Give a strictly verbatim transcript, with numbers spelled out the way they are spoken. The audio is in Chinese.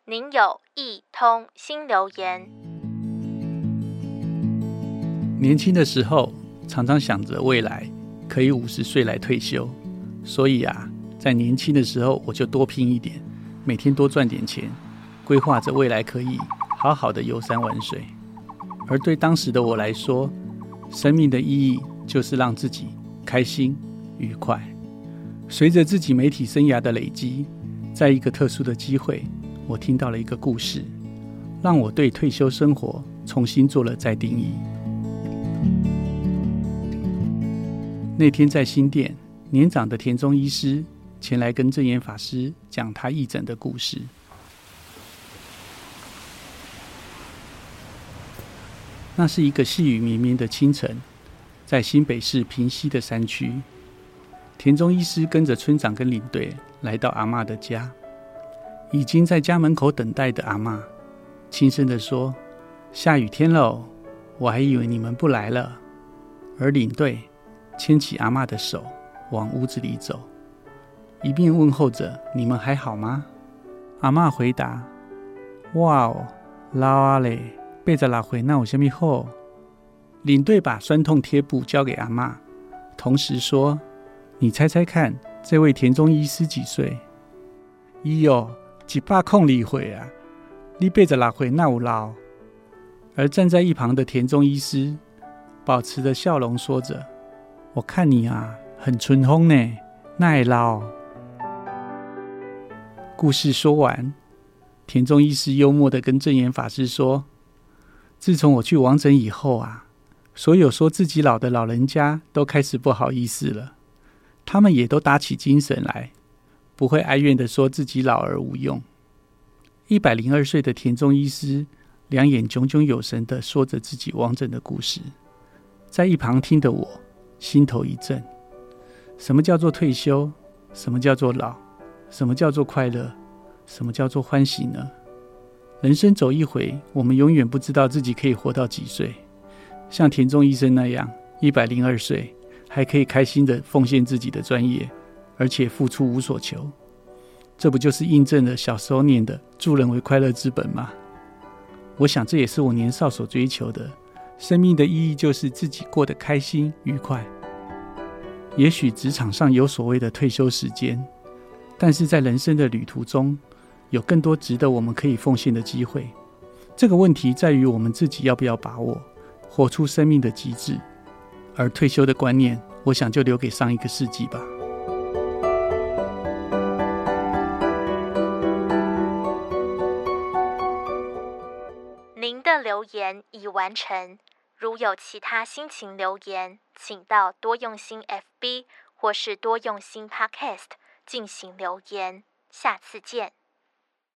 您有一通新留言。 年轻的时候常常想着未来可以五十岁来退休，所以啊，在年轻的时候我就多拼一点，每天多赚点钱，规划着未来可以好好的游山玩水。而对当时的我来说，生命的意义就是让自己开心愉快。随着自己媒体生涯的累积，在一个特殊的机会，我听到了一个故事，让我对退休生活重新做了再定义。那天在新店，年长的田中医师前来跟证严法师讲他义诊的故事。那是一个细雨绵绵的清晨，在新北市平溪的山区，田中医师跟着村长跟领队来到阿嬷的家。已经在家门口等待的阿嬷轻声地说：下雨天了，我还以为你们不来了。而领队牵起阿嬷的手往屋子里走，一面问候着：你们还好吗？阿嬷回答：哇哦，老啊嘞，八十六岁那有什么好？领队把酸痛贴布交给阿嬷，同时说：你猜猜看，这位田中医师几岁？伊哦，一百零二岁啊，你八十六岁那有老？而站在一旁的田中医师保持着笑容说着：我看你啊很春风呢，那会老？故事说完，田中医师幽默地跟证严法师说：自从我去王诊以后啊，所有说自己老的老人家都开始不好意思了，他们也都打起精神来，不会哀怨地说自己老而无用。一百零二岁的田中医师两眼炯炯有神地说着自己王诊的故事，在一旁听的我心头一震。什么叫做退休？什么叫做老？什么叫做快乐？什么叫做欢喜呢？人生走一回，我们永远不知道自己可以活到几岁。像田中医生那样一百零二岁还可以开心地奉献自己的专业，而且付出无所求，这不就是印证了小时候念的助人为快乐之本吗？我想这也是我年少所追求的，生命的意义就是自己过得开心愉快。也许职场上有所谓的退休时间，但是在人生的旅途中，有更多值得我们可以奉献的机会。这个问题在于我们自己要不要把握，活出生命的极致。而退休的观念，我想就留给上一个世纪吧。 您的留言已完成，如有其他心情留言，请到多用心 F B 或是多用心 Podcast 进行留言。下次见。